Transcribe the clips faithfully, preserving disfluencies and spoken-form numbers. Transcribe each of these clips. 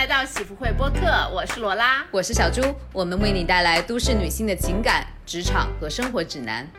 到喜福会播客，我是罗拉， 我是小朱，我们为你带来都市女性的情感、职场和生活指南。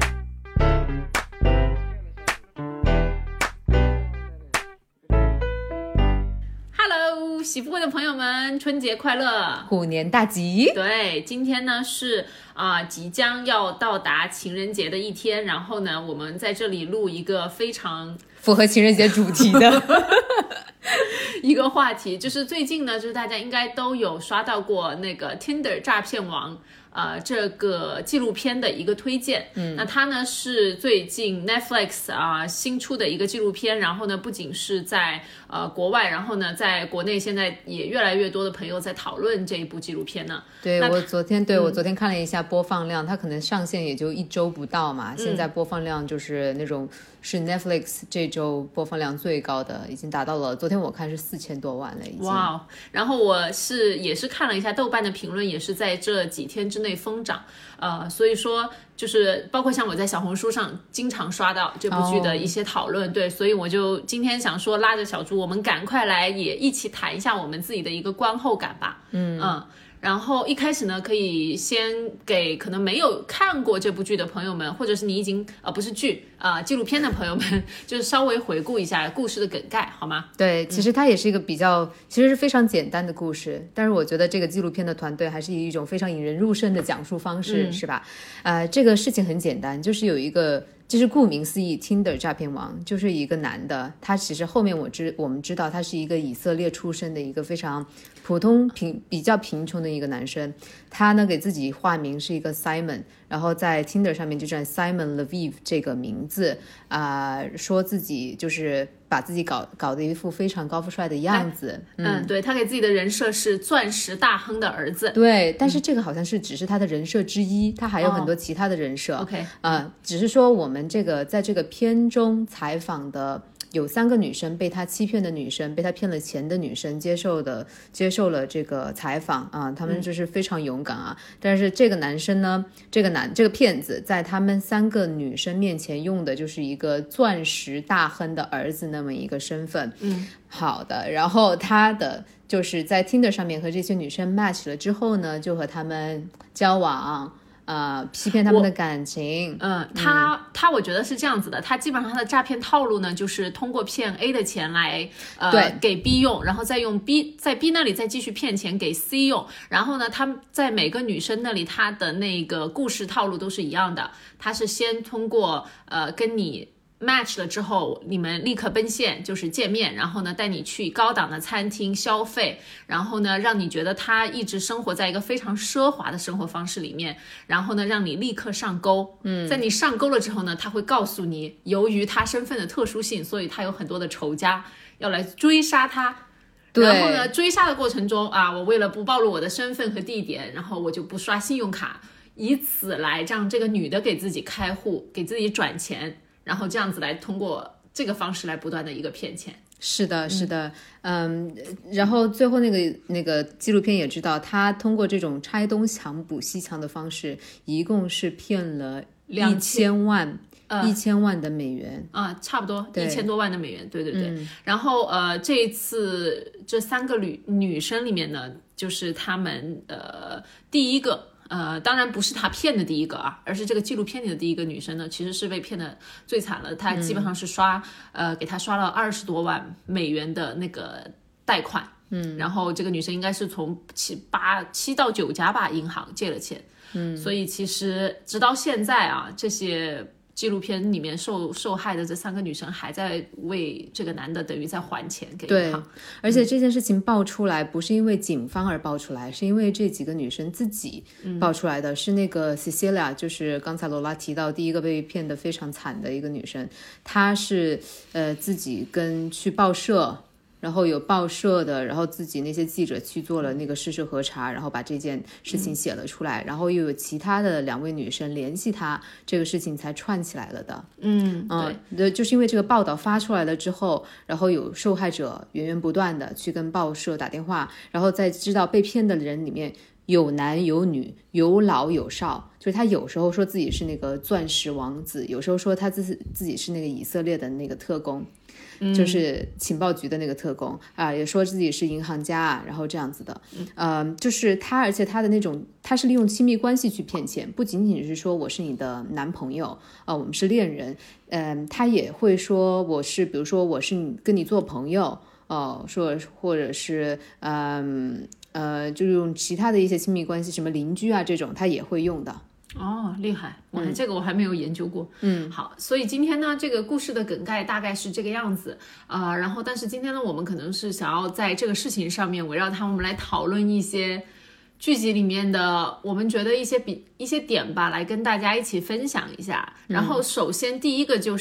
Hello， 喜福会的朋友们，春节快乐， 虎年大吉。 对，今天呢是啊、呃、即将要到达情人节的一天，然后呢我们在这里录一个非常符合情人节主题的一个话题，就是最近呢，就是大家应该都有刷到过那个 Tinder 诈骗王呃这个纪录片的一个推荐。嗯，那它呢是最近 Netflix 啊、呃、新出的一个纪录片，然后呢不仅是在呃国外，然后呢在国内现在也越来越多的朋友在讨论这一部纪录片呢。 对，我昨天对、嗯、我昨天看了一下播放量，它可能上线也就一周不到嘛， 嗯、 现在播放量就是那种是 Netflix 这周播放量最高的，已经达到了，昨天我看是四千多万了已经。 哇，然后我是也是看了一下豆瓣的评论，也是在这几天之内疯涨，呃，所以说就是包括像我在小红书上经常刷到这部剧的一些讨论， oh. 对，所以我就今天想说拉着小猪，我们赶快来也一起谈一下我们自己的一个观后感吧。嗯嗯。然后一开始呢，可以先给可能没有看过这部剧的朋友们，或者是你已经呃不是剧啊、呃、纪录片的朋友们，就是稍微回顾一下故事的梗概，好吗？ 对，其实它也是一个比较、嗯、其实是非常简单的故事，但是我觉得这个纪录片的团队还是以一种非常引人入胜的讲述方式、嗯、是吧？呃，这个事情很简单，就是有一个。就是顾名思义 Tinder 诈骗王就是一个男的，他其实后面我知我们知道他是一个以色列出身的一个非常普通贫比较贫穷的一个男生，他呢给自己化名是一个 Simon， 然后在 Tinder 上面就占 Simon Lviv 这个名字啊、呃，说自己就是把自己搞搞得一副非常高富帅的样子。 嗯, 嗯对，他给自己的人设是钻石大亨的儿子。 对，但是这个好像是只是他的人设之一，他还有很多其他的人设。 哦、OK， 呃，只是说我们这个在这个片中采访的有三个女生，被他欺骗的女生，被他骗了钱的女生接受的接受了这个采访啊，他们就是非常勇敢啊、嗯。但是这个男生呢，这个男这个骗子在他们三个女生面前用的就是一个钻石大亨的儿子那么一个身份。嗯，好的，然后他的就是在 Tinder 上面和这些女生 match 了之后呢，就和他们交往。呃，欺骗他们的感情。 嗯，他、嗯、他我觉得是这样子的，他基本上他的诈骗套路呢，就是通过骗 A 的钱来呃对给 B 用，然后再用 B 在 B 那里再继续骗钱给 C 用，然后呢，他在每个女生那里他的那个故事套路都是一样的，他是先通过呃跟你match 了之后，你们立刻奔现，就是见面，然后呢带你去高档的餐厅消费，然后呢让你觉得他一直生活在一个非常奢华的生活方式里面，然后呢让你立刻上钩。嗯，在你上钩了之后呢，他会告诉你，由于他身份的特殊性，所以他有很多的仇家要来追杀他。然后呢追杀的过程中啊，我为了不暴露我的身份和地点，然后我就不刷信用卡，以此来让这个女的给自己开户，给自己转钱，然后这样子来通过这个方式来不断的一个骗钱。 是的是的 嗯, 嗯，然后最后那个那个纪录片也知道，他通过这种拆东墙补西墙的方式，一共是骗了一千万一千万的美元啊、呃，差不多一千多万的美元，对对对、嗯、然后呃这一次这三个女女生里面呢，就是他们呃第一个呃，当然不是他骗的第一个啊，而是这个纪录片里的第一个女生呢，其实是被骗的最惨了。她基本上是刷、嗯、呃，给她刷了二十多万美元的那个贷款，嗯，然后这个女生应该是从七八七到九家吧银行借了钱，嗯，所以其实直到现在啊，这些纪录片里面受受害的这三个女生还在为这个男的等于在还钱给银行。 对，而且这件事情爆出来、嗯、不是因为警方而爆出来，是因为这几个女生自己爆出来的、嗯、是那个 Cecilia， 就是刚才罗拉提到第一个被骗的非常惨的一个女生，她是呃自己跟去报社，然后有报社的，然后自己那些记者去做了那个事实核查，然后把这件事情写了出来、嗯、然后又有其他的两位女生联系他，这个事情才串起来了的。 嗯， 对，就是因为这个报道发出来了之后，然后有受害者源源不断的去跟报社打电话，然后在知道被骗的人里面有男有女，有老有少，就是他有时候说自己是那个钻石王子，有时候说他自己自己是那个以色列的那个特工，嗯、就是情报局的那个特工啊、呃，也说自己是银行家啊，然后这样子的，呃，就是他，而且他的那种，他是利用亲密关系去骗钱，不仅仅是说我是你的男朋友啊、呃，我们是恋人，嗯、呃，他也会说我是，比如说我是你跟你做朋友。哦，说或者是嗯呃，就用其他的一些亲密关系，什么邻居啊这种，他也会用的。 哦，厉害！我、嗯、这个我还没有研究过。 嗯， 好，所以今天呢，这个故事的梗概大概是这个样子啊、呃。然后，但是今天呢，我们可能是想要在这个事情上面围绕它，我们来讨论一些剧集里面的我们觉得一些比一些点吧，来跟大家一起分享一下。然后，首先第一个就是，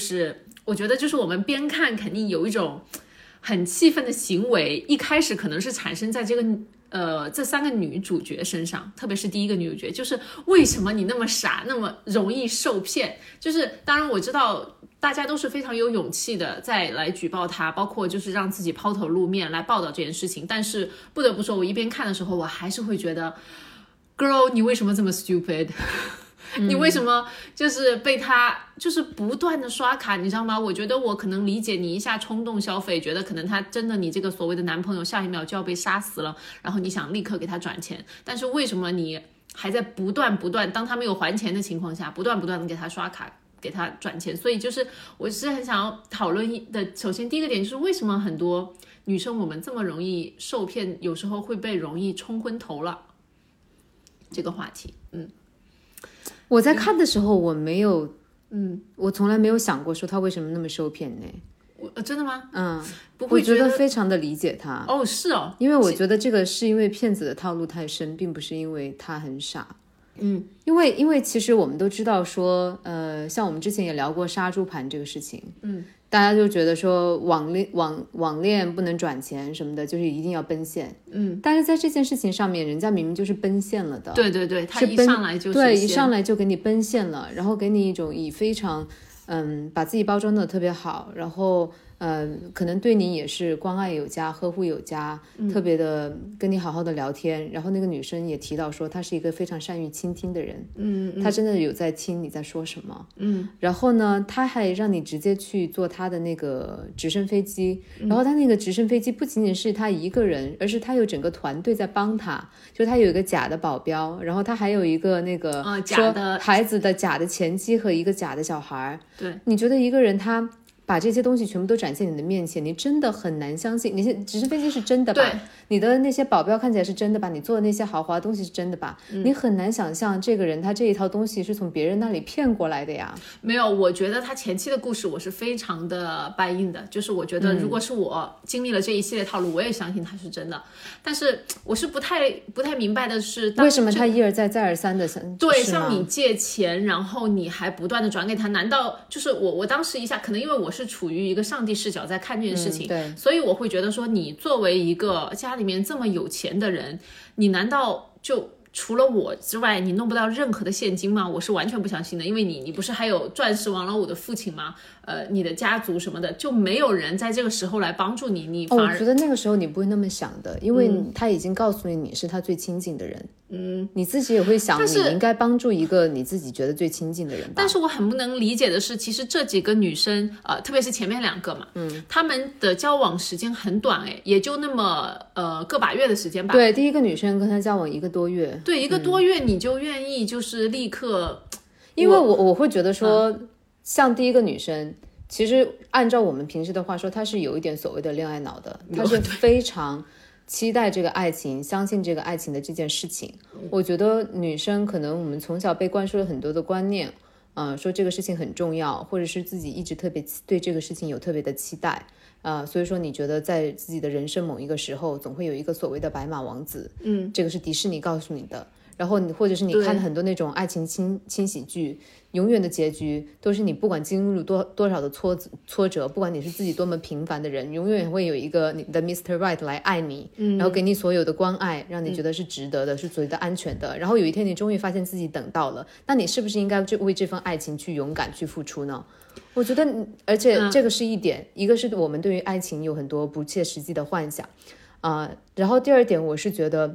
我觉得就是我们边看肯定有一种很气愤的行为，一开始可能是产生在这个呃这三个女主角身上，特别是第一个女主角，就是为什么你那么傻，那么容易受骗？就是当然我知道大家都是非常有勇气的再来举报她，包括就是让自己抛头露面来报道这件事情，但是不得不说，我一边看的时候，我还是会觉得 ，girl， 你为什么这么 stupid？你为什么就是被他就是不断的刷卡，你知道吗？我觉得我可能理解你一下冲动消费，觉得可能他真的你这个所谓的男朋友下一秒就要被杀死了，然后你想立刻给他转钱，但是为什么你还在不断不断，当他没有还钱的情况下，不断不断的给他刷卡，给他转钱？所以就是我是很想要讨论的，首先第一个点就是为什么很多女生我们这么容易受骗，有时候会被容易冲昏头了这个话题。嗯。 我在看的时候，我没有， 嗯， 我从来没有想过说他为什么那么受骗呢？ 我、呃、真的吗？ 嗯， 不会觉得，我觉得非常的理解他。 哦，是哦， 因为我觉得这个是因为骗子的套路太深，并不是因为他很傻。 嗯， 因为因为其实我们都知道说，呃，像我们之前也聊过杀猪盘这个事情， 嗯， 大家就觉得说网恋网网恋不能转钱什么的，就是一定要奔现， 嗯， 但是在这件事情上面，人家明明就是奔现了的， 对对对，他一上来就是对，一上来就给你奔现了，然后给你一种以非常嗯把自己包装的特别好，然后。呃，可能对你也是关爱有加，呵护有加， 嗯、 特别的跟你好好的聊天。然后那个女生也提到说，她是一个非常善于倾听的人， 嗯，嗯她真的有在听你在说什么， 嗯。 然后呢，她还让你直接去坐她的那个直升飞机，然后她那个直升飞机不仅仅是她一个人，而是她有整个团队在帮她，就她有一个假的保镖，然后她还有一个那个啊、假的孩子的假的前妻和一个假的小孩。 对， 你觉得一个人他？把这些东西全部都展现你的面前，你真的很难相信。那些直升飞机是真的吧？ 对， 你的那些保镖看起来是真的吧？你做的那些豪华东西是真的吧？嗯、你很难想象这个人他这一套东西是从别人那里骗过来的呀。 没有，我觉得他前期的故事我是非常的 buy in 的，就是我觉得如果是我经历了这一系列套路，嗯、我也相信他是真的。但是我是不太不太明白的是， 为什么他一而再再而三的对向你借钱，然后你还不断的转给他？难道就是我我当时一下可能因为我是处于一个上帝视角在看这件事情， 嗯、对， 所以我会觉得说，你作为一个家里面这么有钱的人，你难道就除了我之外，你弄不到任何的现金吗？我是完全不相信的，因为你你不是还有钻石王老五的父亲吗？呃，你的家族什么的，就没有人在这个时候来帮助你，你反而、 哦、我觉得那个时候你不会那么想的，因为他已经告诉你你是他最亲近的人。 嗯， 你自己也会想，你应该帮助一个你自己觉得最亲近的人吧。 但是我很不能理解的是，其实这几个女生，呃，特别是前面两个嘛， 嗯， 她们的交往时间很短，哎，也就那么呃个把月的时间吧。 对，第一个女生跟他交往一个多月， 对，一个多月你就愿意就是立刻， 嗯、因为我我会觉得说，嗯、像第一个女生。其实按照我们平时的话说，她是有一点所谓的恋爱脑的，她是非常期待这个爱情，相信这个爱情的这件事情。我觉得女生可能我们从小被灌输了很多的观念，呃，说这个事情很重要，或者是自己一直特别对这个事情有特别的期待，呃，所以说你觉得在自己的人生某一个时候，总会有一个所谓的白马王子， 嗯， 这个是迪士尼告诉你的。然后你或者是你看很多那种爱情轻轻喜剧，永远的结局都是你不管经历多多少的挫挫折，不管你是自己多么平凡的人，永远会有一个你的 mister Right 来爱你， 嗯， 然后给你所有的关爱，让你觉得是值得的，嗯、是所谓的安全的。然后有一天你终于发现自己等到了，那你是不是应该就为这份爱情去勇敢去付出呢？我觉得，而且这个是一点，嗯、一个是我们对于爱情有很多不切实际的幻想，啊、呃，然后第二点我是觉得。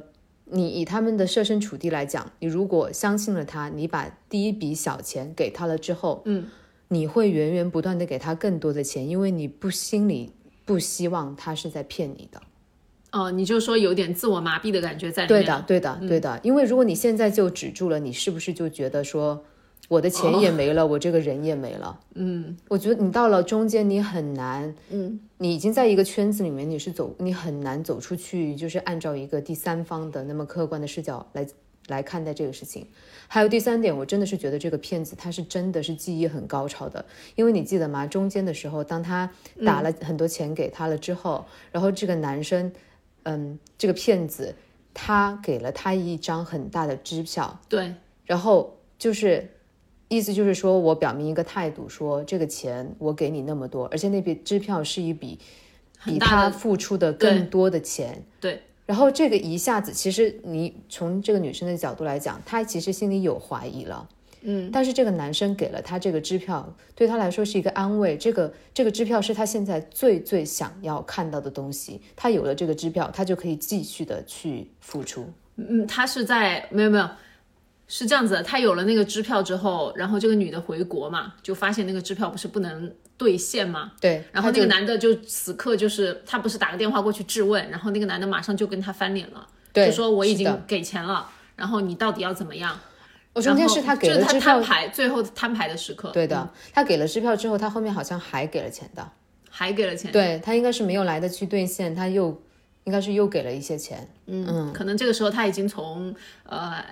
你以他们的设身处地来讲，你如果相信了他，你把第一笔小钱给他了之后， 嗯， 你会源源不断的给他更多的钱，因为你不心里不希望他是在骗你的。 哦，你就说有点自我麻痹的感觉在里面。 对的，对的，对的。因为如果你现在就止住了，你是不是就觉得说我的钱也没了，哦、我这个人也没了？嗯，我觉得你到了中间，你很难，嗯，你已经在一个圈子里面，你是走，你很难走出去，就是按照一个第三方的那么客观的视角来来看待这个事情。还有第三点，我真的是觉得这个骗子他是真的是技艺很高超的，因为你记得吗？中间的时候，当他打了很多钱给他了之后，嗯、然后这个男生。嗯，这个骗子他给了他一张很大的支票， 对， 然后就是意思就是说我表明一个态度，说这个钱我给你那么多，而且那笔支票是一笔比他付出的更多的钱， 对。对， 然后这个一下子，其实你从这个女生的角度来讲，她其实心里有怀疑了。嗯，但是这个男生给了他这个支票，对他来说是一个安慰。这个这个支票是他现在最最想要看到的东西。他有了这个支票，他就可以继续的去付出。 嗯，他是在没有没有，是这样子的。他有了那个支票之后，然后这个女的回国嘛，就发现那个支票不是不能兑现嘛。 对， 然后那个男的就此刻就是他不是打个电话过去质问，然后那个男的马上就跟他翻脸了， 对， 就说我已经给钱了，然后你到底要怎么样？ 我中间是他给了支票， 就是他摊牌，最后摊牌的时刻。 对的， 嗯、 他给了支票之后，他后面好像还给了钱的， 还给了钱。 对，他应该是没有来得去兑现，他又应该是又给了一些钱。 嗯，嗯可能这个时候他已经从呃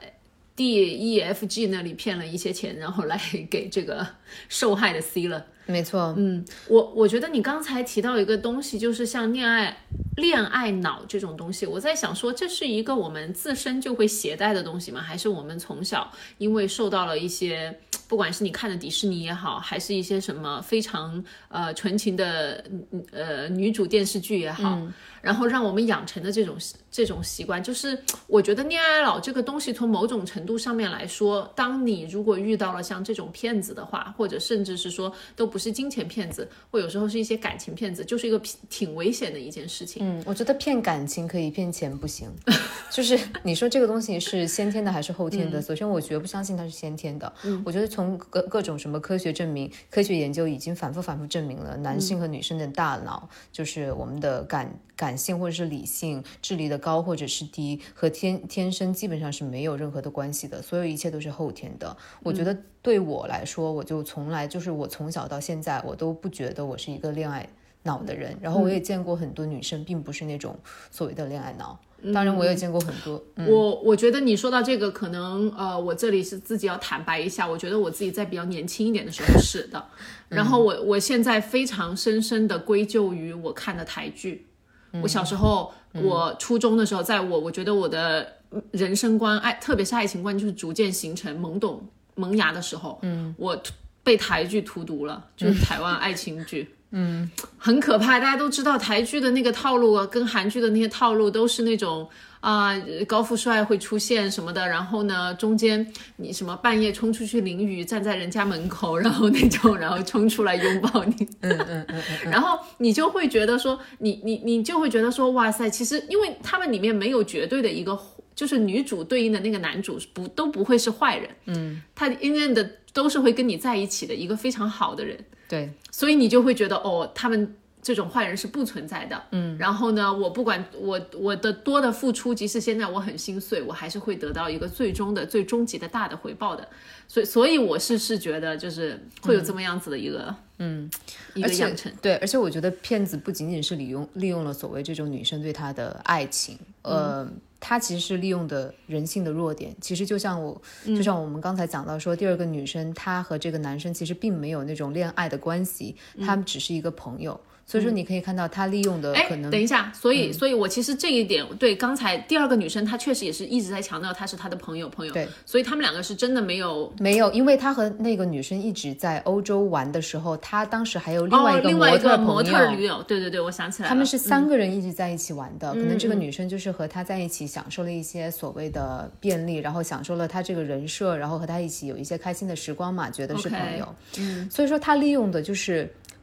D E F G 那里骗了一些钱，然后来给这个受害的 C 了。 没错， 嗯，我我觉得你刚才提到一个东西，就是像恋爱恋爱脑这种东西，我在想说，这是一个我们自身就会携带的东西吗？还是我们从小因为受到了一些，不管是你看的迪士尼也好，还是一些什么非常呃纯情的呃女主电视剧也好，嗯、然后让我们养成的这种这种习惯，就是我觉得恋爱脑这个东西，从某种程度上面来说，当你如果遇到了像这种骗子的话，或者甚至是说都不是金钱骗子，或有时候是一些感情骗子，就是一个挺危险的一件事情。 嗯，我觉得骗感情可以，骗钱不行。就是你说这个东西是先天的还是后天的？嗯、首先，我绝不相信它是先天的。嗯、我觉得从各各种什么科学证明、科学研究已经反复反复证明了，男性和女生的大脑，嗯、就是我们的感感性或者是理性、智力的高或者是低，和天天生基本上是没有任何的关系的，所有一切都是后天的。我觉得对我来说，我就从来就是我从小到现在，我都不觉得我是一个恋爱脑的人，然后我也见过很多女生并不是那种所谓的恋爱脑，当然我也见过很多、嗯、 我我觉得你说到这个可能呃，我这里是自己要坦白一下，我觉得我自己在比较年轻一点的时候是的然后我我现在非常深深的归咎于我看的台剧、嗯、我小时候、嗯、我初中的时候，在我我觉得我的人生观爱特别是爱情观就是逐渐形成懵懂萌芽的时候，嗯，我被台剧荼毒了，就是台湾爱情剧嗯，很可怕。大家都知道台剧的那个套路啊，跟韩剧的那些套路都是那种啊、呃，高富帅会出现什么的，然后呢，中间你什么半夜冲出去淋雨，站在人家门口，然后那种，然后冲出来拥抱你，嗯嗯嗯嗯，然后你就会觉得说，你你你就会觉得说，哇塞，其实因为他们里面没有绝对的一个。就是女主对应的那个男主不都不会是坏人，嗯，他应该的都是会跟你在一起的一个非常好的人， 对， 所以你就会觉得哦，他们这种坏人是不存在的，嗯，然后呢，我不管我我的多的付出，即使现在我很心碎，我还是会得到一个最终的最终极的大的回报的，所以所以我是是觉得就是会有这么样子的一个嗯一个养成， 对，而且我觉得骗子不仅仅是利用利用了所谓这种女生对他的爱情，呃。嗯他其实是利用的人性的弱点，其实就像我，就像我们刚才讲到说，第二个女生她和这个男生其实并没有那种恋爱的关系，他们只是一个朋友。所以说你可以看到他利用的可能、 嗯、等一下，所以、嗯、所以我其实这一点对刚才第二个女生她确实也是一直在强调她是她的朋友朋友， 对， 所以他们两个是真的没有没有，因为他和那个女生一直在欧洲玩的时候，他当时还有另外一个模特朋友、哦、另外一个模特女友，对对对，我想起来了， 他们是三个人一直在一起玩的、嗯、可能这个女生就是和他在一起享受了一些所谓的便利、嗯、然后享受了他这个人设，然后和他一起有一些开心的时光嘛，觉得是朋友、okay, 嗯、所以说他利用的就是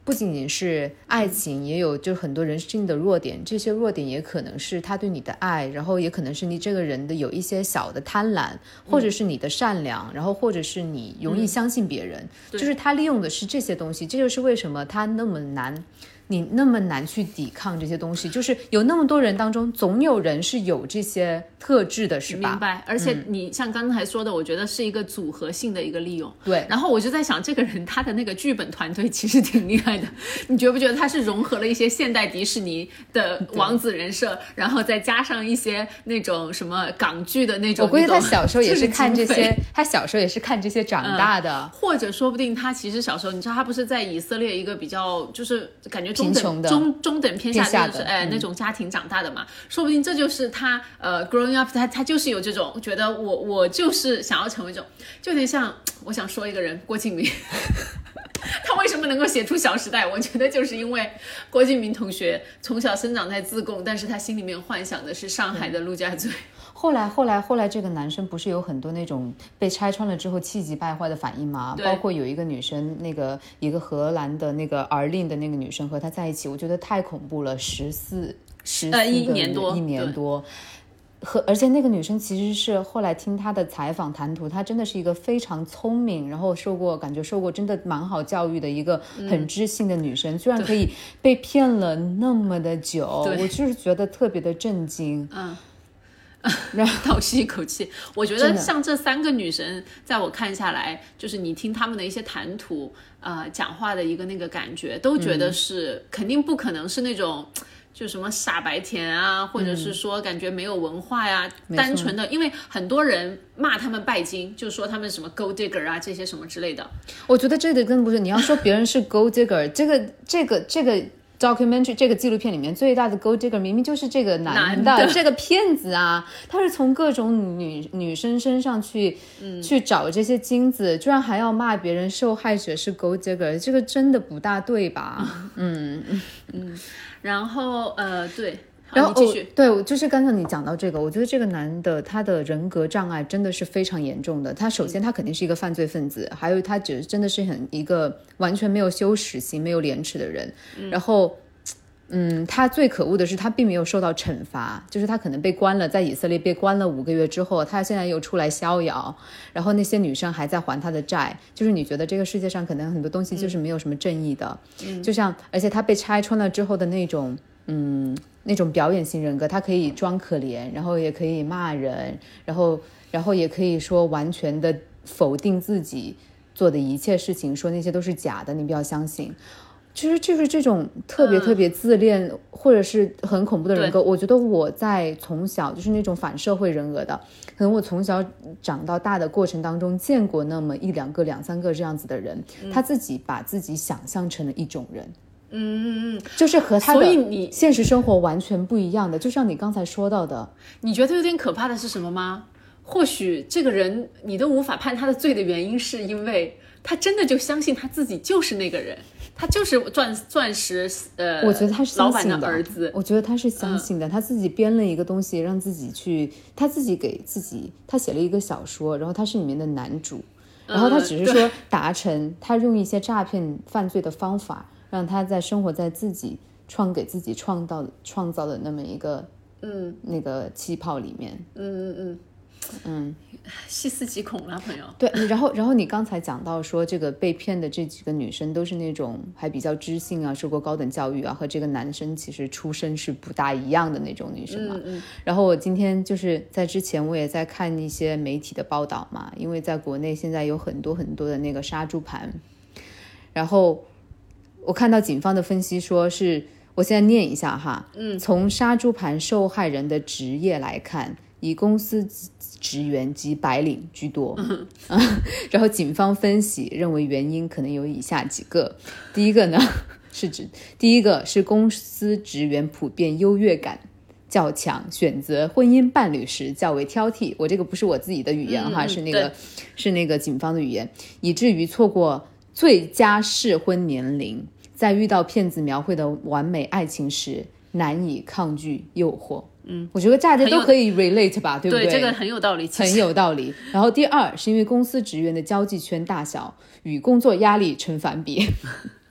不仅仅是爱情，也有就很多人性的弱点，这些弱点也可能是他对你的爱，然后也可能是你这个人的有一些小的贪婪，或者是你的善良，然后或者是你容易相信别人， 嗯、 就是他利用的是这些东西，这就是为什么他那么难，你那么难去抵抗这些东西，就是有那么多人当中总有人是有这些特质的，是吧？ 明白。而且你像刚才说的、嗯、我觉得是一个组合性的一个利用。 对， 然后我就在想这个人他的那个剧本团队其实挺厉害的，你觉不觉得他是融合了一些现代迪士尼的王子人设，然后再加上一些那种什么港剧的那种， 我估计他小时候也是看这些他小时候也是看这些长大的、 嗯、或者说不定他其实小时候你知道他不是在以色列一个比较就是感觉中等中中等偏下的就是哎、嗯、那种家庭长大的嘛，说不定这就是他呃 growing up 他他就是有这种觉得我我就是想要成为这种，就有点像我想说一个人郭敬明他为什么能够写出《小时代》，我觉得就是因为郭敬明同学从小生长在自贡，但是他心里面幻想的是上海的陆家嘴、嗯、 后来后来后来这个男生不是有很多那种被拆穿了之后气急败坏的反应吗？包括有一个女生，那个一个荷兰的那个儿令的那个女生和他在一起，我觉得太恐怖了，十四十呃一年多一年多和而且那个女生其实是后来听她的采访谈吐，她真的是一个非常聪明，然后受过感觉受过真的蛮好教育的一个很知性的女生、嗯、居然可以被骗了那么的久，我就是觉得特别的震惊。 嗯，然后倒吸一口气，我觉得像这三个女生在我看下来，就是你听她们的一些谈吐呃，讲话的一个那个感觉，都觉得是、嗯、肯定不可能是那种就什么傻白甜啊，或者是说感觉没有文化呀、嗯、单纯的，因为很多人骂他们拜金，就说他们什么 gold digger 啊这些什么之类的。 我觉得这个更不是，你要说别人是 gold digger 这个这个这个 documentary 这个纪录片里面最大的 gold digger 明明就是这个男的, 男的这个骗子啊，他是从各种女女生身上去、嗯、去找这些金子，居然还要骂别人受害者是 gold digger， 这个真的不大对吧？嗯嗯嗯，然后呃对。 然后、 哦、继续、 哦、对，就是刚才你讲到这个，我觉得这个男的他的人格障碍真的是非常严重的。他首先他肯定是一个犯罪分子、嗯、还有他只真的是很一个完全没有羞耻心没有廉耻的人、嗯、然后嗯，他最可恶的是他并没有受到惩罚，就是他可能被关了，在以色列被关了五个月之后，他现在又出来逍遥，然后那些女生还在还他的债，就是你觉得这个世界上可能很多东西就是没有什么正义的、嗯、就像而且他被拆穿了之后的那种嗯，那种表演型人格，他可以装可怜，然后也可以骂人，然后然后也可以说完全的否定自己做的一切事情，说那些都是假的，你不要相信。其实就是这种特别特别自恋、嗯、或者是很恐怖的人格，我觉得我在从小就是那种反社会人格的，可能我从小长到大的过程当中见过那么一两个两三个这样子的人、嗯、他自己把自己想象成了一种人， 嗯嗯， 就是和他的现实生活完全不一样的，就像你刚才说到的。 你觉得有点可怕的是什么吗？或许这个人你都无法判他的罪的原因是因为他真的就相信他自己就是那个人，他就是钻钻石呃， 我觉得他是相信的老板的儿子。 我觉得他是相信的、嗯、他自己编了一个东西让自己去，他自己给自己，他写了一个小说，然后他是里面的男主，然后他只是说达成他用一些诈骗犯罪的方法让他在生活在自己创给自己创造创造的那么一个嗯那个气泡里面。 嗯嗯嗯嗯，细思极恐了，朋友。 对，然后然后你刚才讲到说这个被骗的这几个女生都是那种还比较知性啊，受过高等教育啊，和这个男生其实出身是不大一样的那种女生嘛。嗯嗯。然后我今天就是在之前我也在看一些媒体的报道嘛，因为在国内现在有很多很多的那个杀猪盘，然后我看到警方的分析说是，我现在念一下哈，嗯，从杀猪盘受害人的职业来看，以公司职员及白领居多、嗯啊、然后警方分析认为原因可能有以下几个。第一个呢是指第一个是公司职员普遍优越感较强，选择婚姻伴侣时较为挑剔，我这个不是我自己的语言哈、嗯、是那个是那个警方的语言，以至于错过最佳适婚年龄，在遇到骗子描绘的完美爱情时难以抗拒诱惑。嗯，我觉得大家都可以 relate 吧，对不对？ 对，这个很有道理， 很有道理。然后第二是因为公司职员的交际圈大小与工作压力成反比。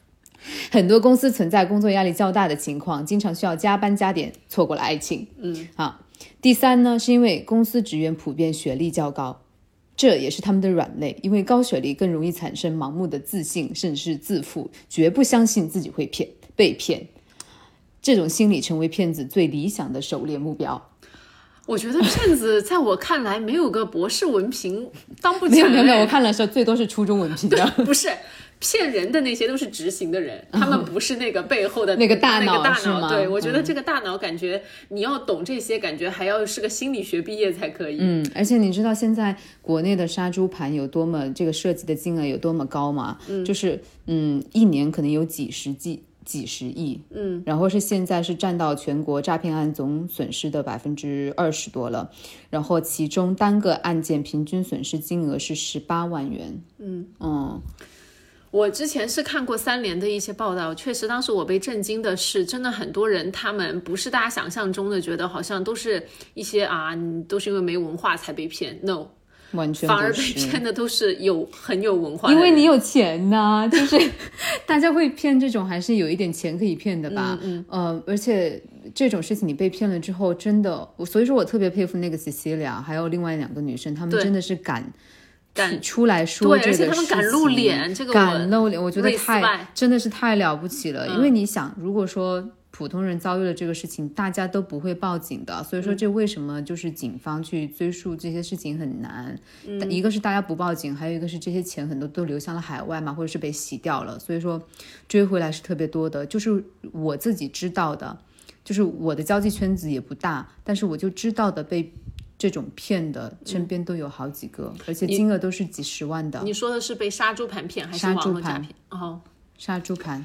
很多公司存在工作压力较大的情况，经常需要加班加点，错过了爱情。 嗯， 好。第三呢，是因为公司职员普遍学历较高，这也是他们的软肋，因为高学历更容易产生盲目的自信，甚至是自负，绝不相信自己会骗被骗。这种心理成为骗子最理想的狩猎目标。 我觉得骗子在我看来没有个博士文凭当不起来。 没有没有没有，我看了时候最多是初中文凭的。 不是骗人的那些都是执行的人，他们不是那个背后的那个大脑， 那个大脑。 是吗？ 对，我觉得这个大脑感觉、嗯、你要懂这些，感觉还要是个心理学毕业才可以。 嗯，而且你知道现在国内的杀猪盘有多么这个涉及的金额有多么高吗？嗯，就是嗯，一年可能有几十几几十亿， 嗯， 然后是现在是占到全国诈骗案总损失的百分之二十多了，然后其中单个案件平均损失金额是十八万元。 嗯嗯。 我之前是看过三联的一些报道，确实当时我被震惊的是，真的很多人他们不是大家想象中的觉得好像都是一些啊，都是因为没文化才被骗 ，no， 完全反而被骗的都是有很有文化的人， 因为你有钱呐、啊，就是大家会骗这种还是有一点钱可以骗的吧， 嗯嗯呃，而且这种事情你被骗了之后，真的，所以说我特别佩服那个 Cecilia， 还有另外两个女生，她们真的是敢。敢出来说这个事情， 对，而且他们敢露脸，这个敢露脸，我觉得太真的是太了不起了。 嗯、 因为你想，如果说普通人遭遇了这个事情，大家都不会报警的，所以说这为什么就是警方去追溯这些事情很难？嗯、一个是大家不报警，还有一个是这些钱很多都流向了海外嘛，或者是被洗掉了，所以说追回来是特别多的。就是我自己知道的，就是我的交际圈子也不大，但是我就知道的被。这种骗的身边都有好几个、嗯、而且金额都是几十万的。 你说的是被杀猪盘骗还是网络诈骗？哦， 杀猪盘。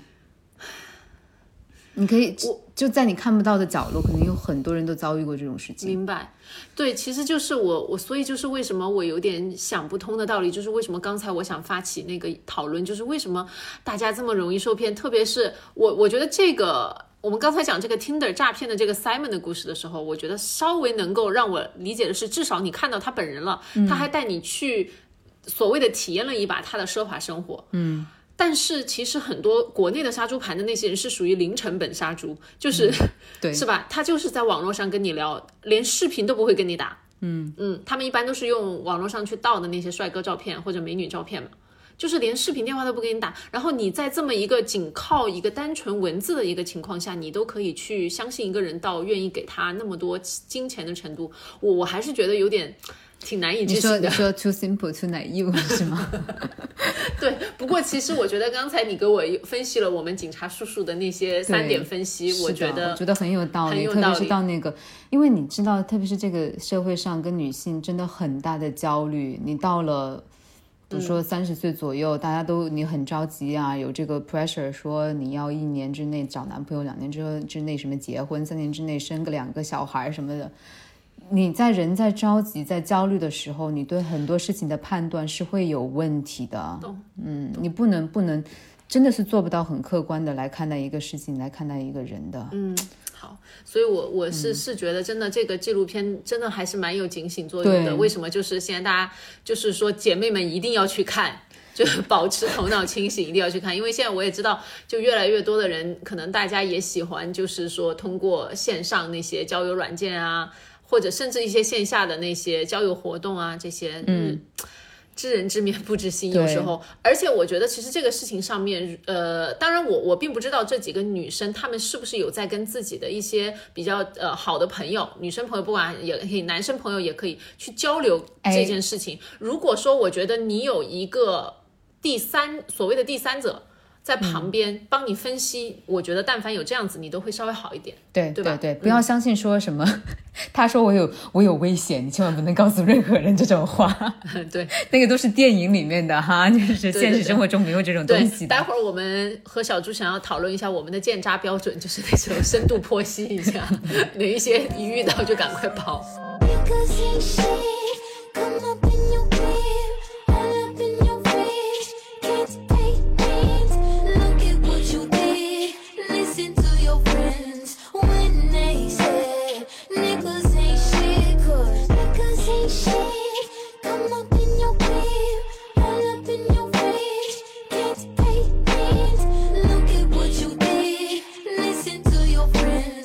你可以就在你看不到的角落，可能有很多人都遭遇过这种事情。 明白，对，其实就是我我所以就是为什么我有点想不通的道理，就是为什么刚才我想发起那个讨论，就是为什么大家这么容易受骗，特别是我我觉得这个。我们刚才讲这个 Tinder 诈骗的这个 Simon 的故事的时候，我觉得稍微能够让我理解的是，至少你看到他本人了，嗯、他还带你去所谓的体验了一把他的奢华生活。 嗯， 但是其实很多国内的杀猪盘的那些人是属于零成本杀猪，就是、嗯、 对， 是吧？他就是在网络上跟你聊，连视频都不会跟你打。 嗯嗯，他们一般都是用网络上去盗的那些帅哥照片或者美女照片嘛。就是连视频电话都不给你打，然后你在这么一个仅靠一个单纯文字的一个情况下，你都可以去相信一个人到愿意给他那么多金钱的程度，我我还是觉得有点挺难以置信的。 你说你说 too simple too naive 是吗？ 对，不过其实我觉得刚才你给我分析了我们警察叔叔的那些三点分析，我觉得我觉得很有道理， 很有道理， 特别是到那个，因为你知道，特别是这个社会上跟女性真的很大的焦虑，你到了。比如说三十岁左右、嗯、大家都你很着急啊，有这个 pressure 说你要一年之内找男朋友，两年之之内什么结婚，三年之内生个两个小孩什么的。你在人在着急在焦虑的时候，你对很多事情的判断是会有问题的。嗯，你不能不能真的是做不到很客观的来看待一个事情，来看待一个人的。 嗯，好，所以我我是、嗯、是觉得真的这个纪录片真的还是蛮有警醒作用的。为什么？就是现在大家就是说姐妹们一定要去看，就保持头脑清醒，一定要去看。因为现在我也知道，就越来越多的人，可能大家也喜欢，就是说通过线上那些交友软件啊，或者甚至一些线下的那些交友活动啊，这些嗯。知人知面不知心，有时候，而且我觉得其实这个事情上面，呃，当然我我并不知道这几个女生她们是不是有在跟自己的一些比较呃好的朋友，女生朋友不管也可以，男生朋友也可以去交流这件事情。如果说我觉得你有一个第三所谓的第三者在旁边帮你分析、嗯、我觉得但凡有这样子你都会稍微好一点， 对对吧？ 对对，不要相信说什么、嗯、他说我有我有危险，你千万不能告诉任何人这种话对， 那个都是电影里面的哈，就是现实生活中没有这种东西的。 对对对，待会儿我们和小猪想要讨论一下我们的鉴渣标准，就是那种深度剖析一下哪一些一遇到就赶快跑。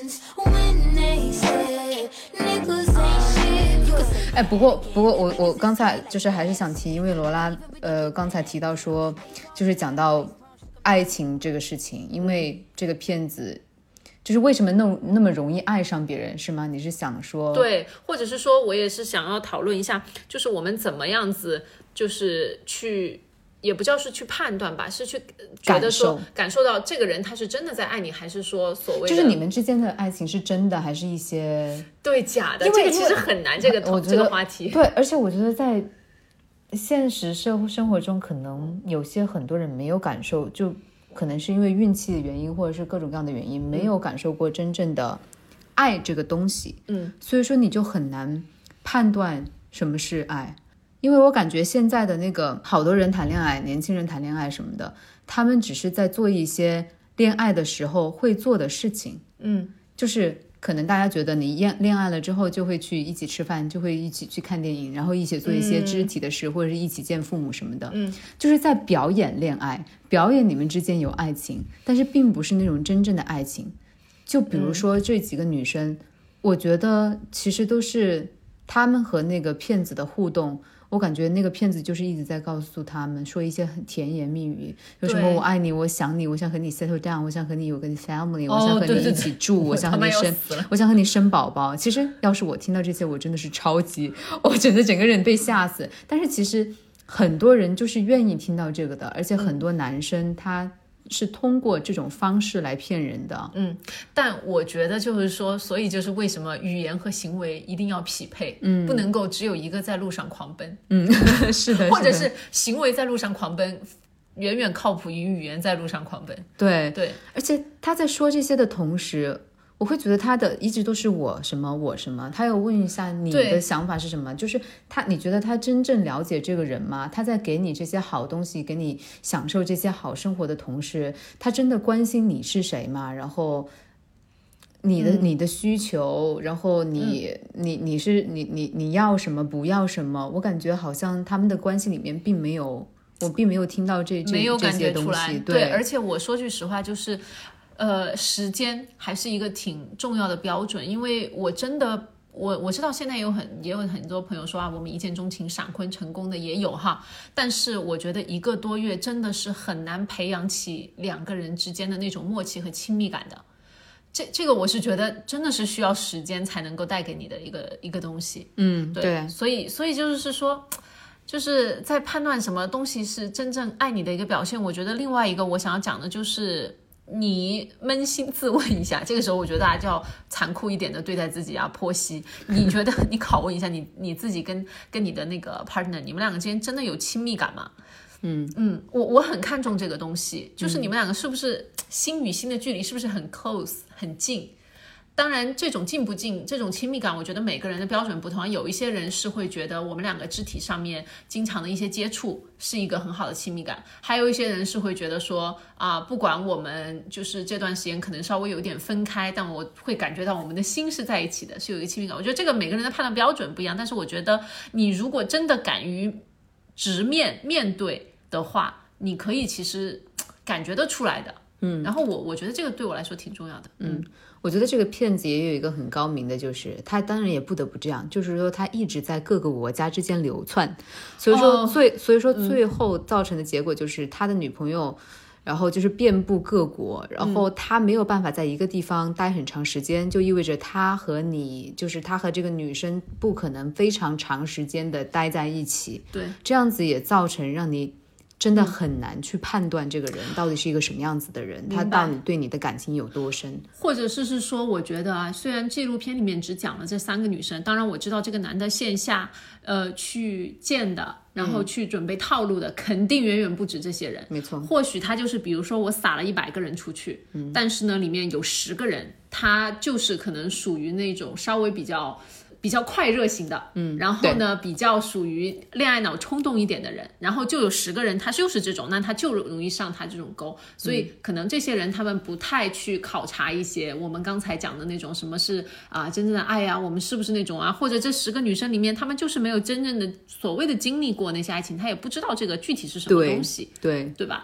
哎，不过不过我我刚才就是还是想提，因为罗拉呃刚才提到说，就是讲到爱情这个事情，因为这个骗子就是为什么那那么容易爱上别人，是吗？你是想说？ 对，或者是说我也是想要讨论一下，就是我们怎么样子，就是去。也不叫是去判断吧，是去觉得说感受到这个人他是真的在爱你，还是说所谓的就是你们之间的爱情是真的，还是一些对假的？这个其实很难，这个这个话题。 对，而且我觉得在现实社会生活中，可能有些很多人没有感受，就可能是因为运气的原因，或者是各种各样的原因，没有感受过真正的爱这个东西。嗯，所以说你就很难判断什么是爱。因为我感觉现在的那个好多人谈恋爱，年轻人谈恋爱什么的，他们只是在做一些恋爱的时候会做的事情。嗯，就是可能大家觉得你恋恋爱了之后就会去一起吃饭，就会一起去看电影，然后一起做一些肢体的事，嗯、或者是一起见父母什么的。嗯，就是在表演恋爱，表演你们之间有爱情，但是并不是那种真正的爱情。就比如说这几个女生，嗯、我觉得其实都是他们和那个骗子的互动。我感觉那个骗子就是一直在告诉他们说一些很甜言蜜语，有什么我爱你，我想你，我想和你 settle down， 我想和你有个 family， 我想和你一起住，我想和你生我想和你生宝宝。其实要是我听到这些，我真的是超级，我觉得整个人被吓死。但是其实很多人就是愿意听到这个的，而且很多男生他是通过这种方式来骗人的。嗯， 但我觉得就是说，所以就是为什么语言和行为一定要匹配，嗯，不能够只有一个在路上狂奔， 嗯，是的， 或者是行为在路上狂奔远远靠谱于语言在路上狂奔。 对对， 而且他在说这些的同时，我会觉得他的一直都是我什么我什么，他有问一下你的想法是什么，就是他你觉得他真正了解这个人吗？他在给你这些好东西，给你享受这些好生活的同时，他真的关心你是谁吗？然后你的、嗯、你的需求，然后你、嗯、你你是你你你要什么不要什么，我感觉好像他们的关系里面并没有，我并没有听到这这没有感觉出来。 对, 对，而且我说句实话，就是呃，时间还是一个挺重要的标准，因为我真的，我我知道现在有很也有很多朋友说啊，我们一见钟情闪婚成功的也有哈，但是我觉得一个多月真的是很难培养起两个人之间的那种默契和亲密感的。这这个我是觉得真的是需要时间才能够带给你的一个一个东西。 嗯， 对， 对， 所以所以就是说。就是在判断什么东西是真正爱你的一个表现，我觉得另外一个我想要讲的就是你扪心自问一下，这个时候我觉得大家就要残酷一点的对待自己啊，剖析你觉得你拷问一下你你自己跟跟你的那个 partner， 你们两个之间真的有亲密感吗？嗯嗯，我我很看重这个东西，就是你们两个是不是心与心的距离是不是很 close 很近。当然这种近不近，这种亲密感我觉得每个人的标准不同，有一些人是会觉得我们两个肢体上面经常的一些接触是一个很好的亲密感，还有一些人是会觉得说啊，不管我们就是这段时间可能稍微有点分开，但我会感觉到我们的心是在一起的，是有一个亲密感。我觉得这个每个人的判断标准不一样，但是我觉得你如果真的敢于直面面对的话，你可以其实感觉得出来的。嗯，然后我我觉得这个对我来说挺重要的。 嗯，我觉得这个骗子也有一个很高明的，就是他当然也不得不这样，就是说他一直在各个国家之间流窜，所以说最、哦、所以说最后造成的结果就是他的女朋友、嗯、然后就是遍布各国，然后他没有办法在一个地方待很长时间、嗯、就意味着他和你就是他和这个女生不可能非常长时间的待在一起。 对， 这样子也造成让你真的很难去判断这个人到底是一个什么样子的人，他到底对你的感情有多深。 或者是是说我觉得啊，虽然纪录片里面只讲了这三个女生，当然我知道这个男的线下呃去见的然后去准备套路的、嗯、肯定远远不止这些人， 没错。 或许他就是比如说我撒了一百个人出去、嗯、但是呢里面有十个人他就是可能属于那种稍微比较比较快热型的，嗯，然后呢比较属于恋爱脑冲动一点的人，然后就有十个人他就是这种，那他就容易上他这种钩，所以可能这些人他们不太去考察一些我们刚才讲的那种什么是啊真正的爱啊，我们是不是那种啊，或者这十个女生里面他们就是没有真正的所谓的经历过那些爱情，他也不知道这个具体是什么东西， 对 对, 对吧。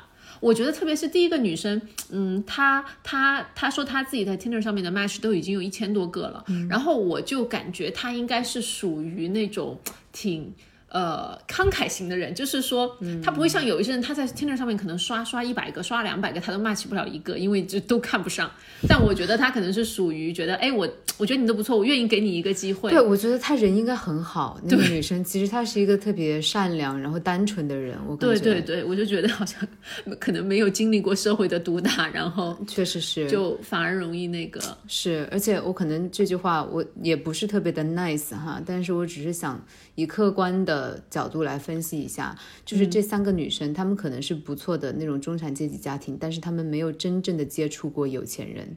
我觉得特别是第一个女生，嗯，她她她说她自己在 Tinder 上面的 match 都已经有一千多个了，嗯、然后我就感觉她应该是属于那种挺。呃，慷慨型的人，就是说，他不会像有一些人，他在 Tinder 上面可能刷刷一百个，刷两百个，他都 match 不了一个，因为就都看不上。但我觉得他可能是属于觉得，哎，我我觉得你都不错，我愿意给你一个机会。 对，我觉得他人应该很好，那个女生其实她是一个特别善良，然后单纯的人。我感觉对对对，我就觉得好像可能没有经历过社会的毒打，然后确实是， 就反而容易那个是，而且我可能这句话我也不是特别的 nice 哈，但是我只是想以客观的角度来分析一下，就是这三个女生、嗯、她们可能是不错的那种中产阶级家庭，但是她们没有真正的接触过有钱人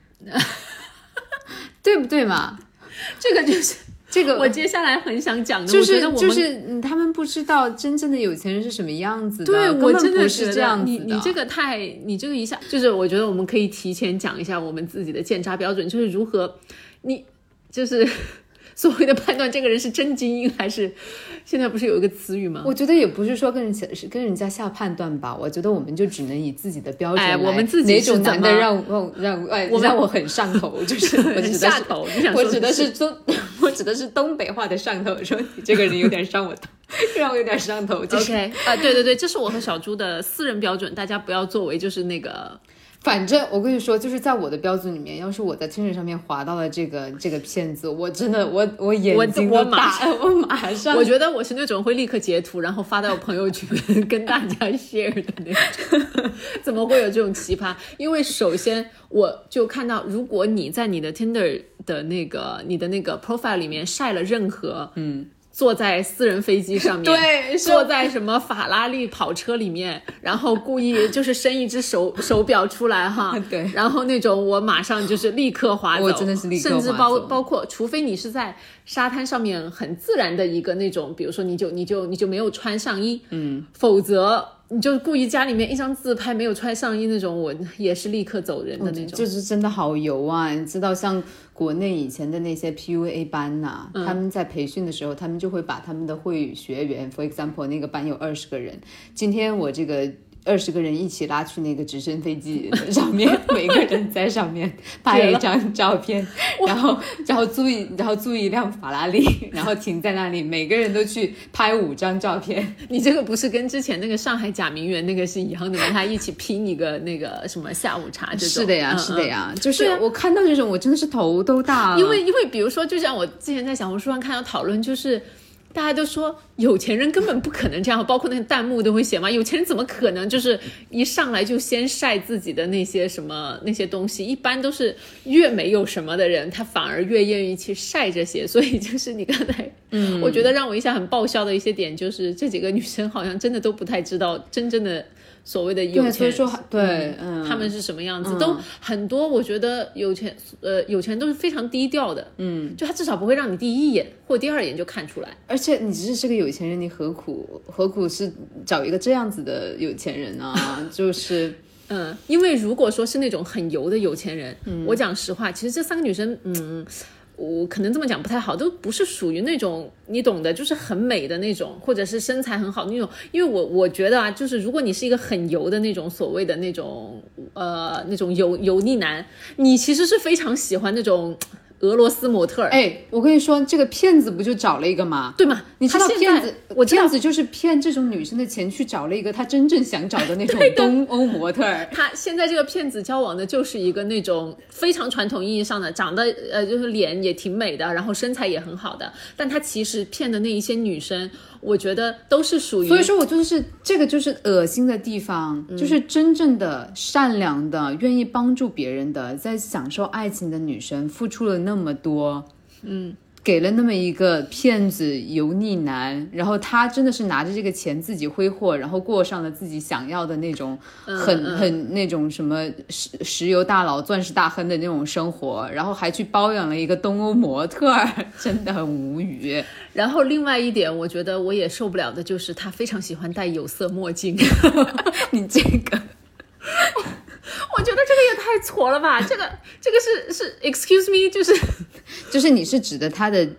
对不对嘛？ 这个就是这个我接下来很想讲的， 就是我觉得我们就是、嗯、他们不知道真正的有钱人是什么样子的。 对，我真的不是这样子的。 你你这个太你这个一下就是我觉得我们可以提前讲一下我们自己的鉴察标准，就是如何你就是所谓的判断这个人是真精英还是，现在不是有一个词语吗？ 我觉得也不是说跟人是跟人家下判断吧，我觉得我们就只能以自己的标准来， 哎，我们自己哪种男的让让让哎我让我很上头，就是我指的是下头，你想我指的是东我指的是东北话的上头，说你这个人有点上我头，让我有点上头。就是、 OK 啊、呃，对对对，这是我和小猪的私人标准，大家不要作为就是那个。 反正我跟你说，就是在我的标准里面，要是我在 Tinder 上面滑到了这个这个骗子，我真的我我眼睛都大，我马上， 我觉得我是那种会立刻截图，然后发到朋友圈跟大家 share 的那种。怎么会有这种奇葩？因为首先我就看到，如果你在你的 Tinder 的那个你的那个 profile 里面晒了任何嗯。坐在私人飞机上面， 对， 坐在什么法拉利跑车里面，然后故意就是伸一只手手表出来哈， 对， 然后那种我马上就是立刻滑走， 我真的是立刻滑走， 甚至包包括，除非你是在沙滩上面很自然的一个那种，比如说你就你就你就没有穿上衣，嗯，否则你就故意家里面一张自拍没有穿上衣那种，我也是立刻走人的那种， 就是真的好油啊！你知道像国内以前的那些 P U A 班呐、啊嗯，他们在培训的时候，他们就会把他们的会学员 ，for example， 那个班有二十个人，今天我这个二十个人一起拉去那个直升飞机上面，每个人在上面拍一张照片，然后然后租一然后租一辆法拉利，然后停在那里，每个人都去拍五张照片。 你这个不是跟之前那个上海假名媛那个是一样的吗？他一起拼一个那个什么下午茶这种。 是的呀， 嗯、 是的呀，就是我看到这种我真的是头都大了。 因为因为比如说，就像我之前在小红书上看到讨论，就是大家都说有钱人根本不可能这样，包括那个弹幕都会写嘛，有钱人怎么可能就是一上来就先晒自己的那些什么那些东西，一般都是越没有什么的人他反而越愿意去晒这些。所以就是你刚才嗯，我觉得让我一下很爆笑的一些点就是这几个女生好像真的都不太知道真正的所谓的有钱， 所以说对，嗯， 他们是什么样子，嗯、都很多。我觉得有钱，呃，有钱都是非常低调的，嗯，就他至少不会让你第一眼或第二眼就看出来。 而且你只是个有钱人，你何苦何苦是找一个这样子的有钱人啊？就是， 嗯，因为如果说是那种很油的有钱人，嗯、我讲实话，其实这三个女生，嗯。我可能这么讲不太好，都不是属于那种你懂的，就是很美的那种，或者是身材很好的那种。因为我我觉得啊，就是如果你是一个很油的那种所谓的那种呃那种油油腻男，你其实是非常喜欢那种俄罗斯模特儿。 哎，我跟你说，这个骗子不就找了一个吗？ 对吗？ 你知道骗子，我骗子就是骗这种女生的钱，去找了一个他真正想找的那种东欧模特儿。 他现在这个骗子交往的就是一个那种非常传统意义上的，长得呃就是脸也挺美的，然后身材也很好的，但他其实骗的那一些女生，我觉得都是属于。 所以说我就是这个就是恶心的地方，嗯、就是真正的善良的、愿意帮助别人的，在享受爱情的女生，付出了那么多，嗯。给了那么一个骗子油腻男，然后他真的是拿着这个钱自己挥霍，然后过上了自己想要的那种很、嗯嗯、很那种什么石石油大佬钻石大亨的那种生活，然后还去包养了一个东欧模特，真的很无语。 然后另外一点我觉得我也受不了的就是他非常喜欢戴有色墨镜。 你这个我觉得这个也太挫了吧，这个这个是是 excuse me 就是就是你是指的他的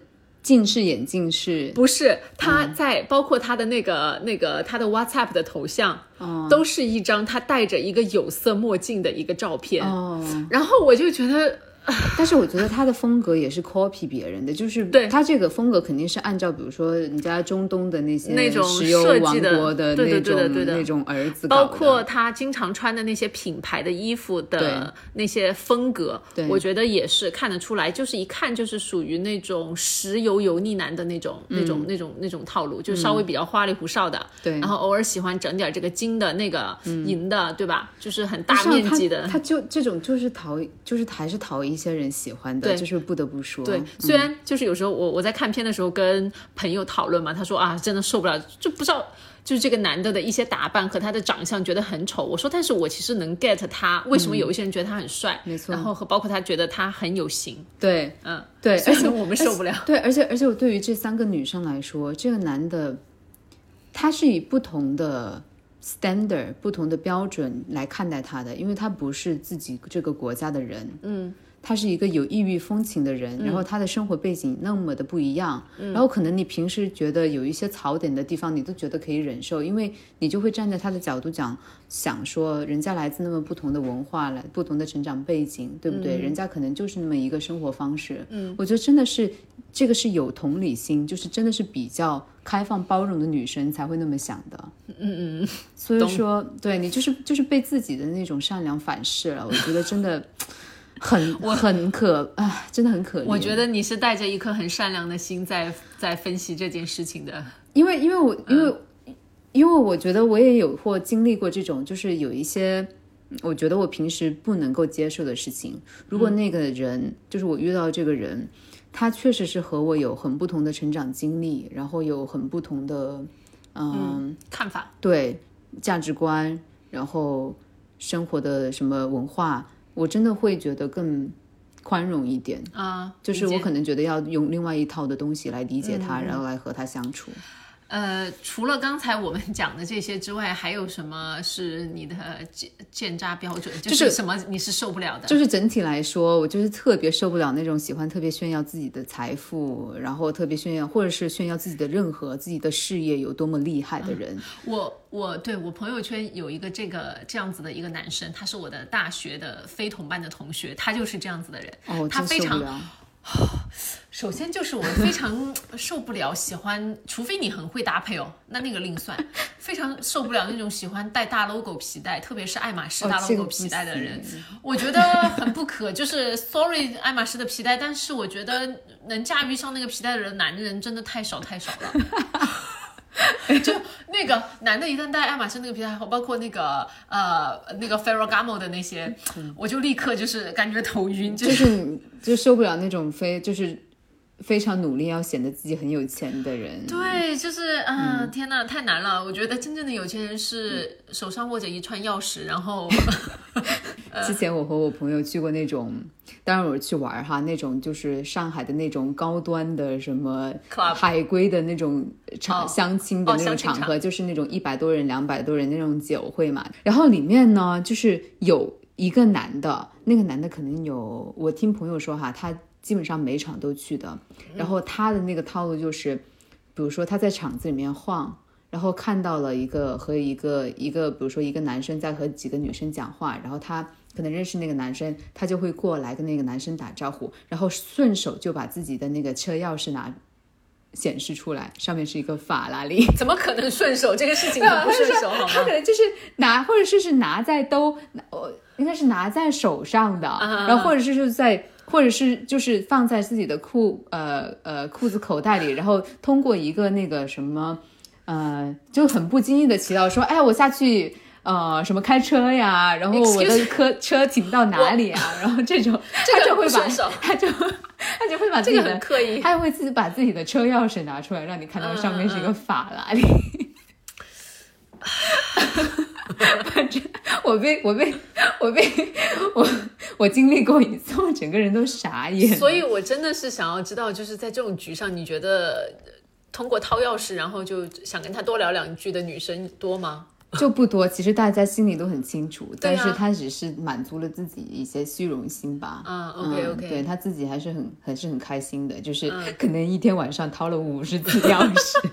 近视眼镜是不是他在、嗯、包括他的那个那个他的 WhatsApp 的头像、哦、都是一张他戴着一个有色墨镜的一个照片、哦、然后我就觉得但是我觉得他的风格也是 copy 别人的，就是他这个风格肯定是按照比如说人家中东的那些那种石油王国的那种那种儿子搞的， 包括他经常穿的那些品牌的衣服的那些风格，我觉得也是看得出来，就是一看就是属于那种石油油腻男的那种、嗯、那种那种那种套路，就稍微比较花里胡哨的，对、嗯，然后偶尔喜欢整点这个金的那个银的、嗯、对吧，就是很大面积的， 他, 他就这种就是讨就是还是讨一些人喜欢的，就是不得不说， 对、嗯，虽然就是有时候我我在看片的时候跟朋友讨论嘛，他说啊真的受不了，就不知道就是这个男的的一些打扮和他的长相觉得很丑，我说但是我其实能 get 他为什么有一些人觉得他很帅、嗯、没错，然后和包括他觉得他很有型， 对， 嗯， 对， 而且我们受不了， 对，而且而且我对于这三个女生来说，这个男的他是以不同的standard 不同的标准来看待他的，因为他不是自己这个国家的人，嗯，他是一个有异域风情的人、嗯、然后他的生活背景那么的不一样、嗯、然后可能你平时觉得有一些槽点的地方你都觉得可以忍受，因为你就会站在他的角度讲想说人家来自那么不同的文化，来不同的成长背景，对不对、嗯、人家可能就是那么一个生活方式，嗯，我觉得真的是这个是有同理心，就是真的是比较开放包容的女生才会那么想的，嗯嗯，所以说对你就是就是被自己的那种善良反噬了，我觉得真的很很可啊，真的很可怜。 我觉得你是带着一颗很善良的心在在分析这件事情的， 因为因为我因为、嗯、因为我觉得我也有或经历过这种，就是有一些我觉得我平时不能够接受的事情，如果那个人、嗯、就是我遇到这个人，他确实是和我有很不同的成长经历，然后有很不同的 嗯, 嗯看法， 对，价值观，然后生活的什么文化，我真的会觉得更宽容一点啊，就是我可能觉得要用另外一套的东西来理解他、嗯、然后来和他相处。 呃，除了刚才我们讲的这些之外，还有什么是你的鉴鉴渣标准？就是什么你是受不了的？ 就是整体来说，我就是特别受不了那种喜欢特别炫耀自己的财富，然后特别炫耀，或者是炫耀自己的任何自己的事业有多么厉害的人。嗯、 我我对我朋友圈有一个这个这样子的一个男生，他是我的大学的非同班的同学，他就是这样子的人。 哦， 他非常。 首先就是我非常受不了喜欢，除非你很会搭配哦，那那个另算。非常受不了那种喜欢带大 logo 皮带，特别是爱马仕大 logo 皮带的人，哦、我觉得很不可。就是 sorry 爱马仕的皮带，但是我觉得能驾驭上那个皮带的人，男人真的太少太少了。就那个男的一旦戴爱马仕那个皮带，包括那个呃那个 Ferragamo 的那些、嗯，我就立刻就是感觉头晕， 就是、就是、就受不了那种非就是非常努力要显得自己很有钱的人。 对，就是啊、呃嗯，天哪，太难了！我觉得真正的有钱人是手上握着一串钥匙，然后之前我和我朋友去过那种，当然我是去玩哈，那种就是上海的那种高端的什么海归的那种场、哦、相亲的那种场合、哦、就是那种一百多人两百多人那种酒会嘛，然后里面呢就是有一个男的，那个男的可能有，我听朋友说哈，他基本上每场都去的，然后他的那个套路就是比如说他在场子里面晃，然后看到了一个和一个一个比如说一个男生在和几个女生讲话，然后他可能认识那个男生，他就会过来跟那个男生打招呼，然后顺手就把自己的那个车钥匙拿显示出来，上面是一个法拉利。 怎么可能顺手？这个事情很不顺手好吗？ 他可能就是拿，或者是是拿在兜，应该是拿在手上的，啊、然后或者是在，或者是就是放在自己的裤呃呃裤子口袋里，然后通过一个那个什么呃，就很不经意的提到说，哎，我下去。呃，什么开车呀，然后我的车车停到哪里啊，然后这种他就会把他就他就会把自己的、 这个、很刻意， 他会自己把自己的车钥匙拿出来，让你看到上面是一个法拉利。反正我被我被我被我我经历过一次，我整个人都傻眼。 所以我真的是想要知道，就是在这种局上，你觉得通过掏钥匙，然后就想跟他多聊两句的女生多吗？ 就不多，其实大家心里都很清楚， 啊、 但是他只是满足了自己一些虚荣心吧。 啊 ，OK OK，、 嗯、对他自己还是很还是很开心的，就是可能一天晚上掏了五十次钥匙。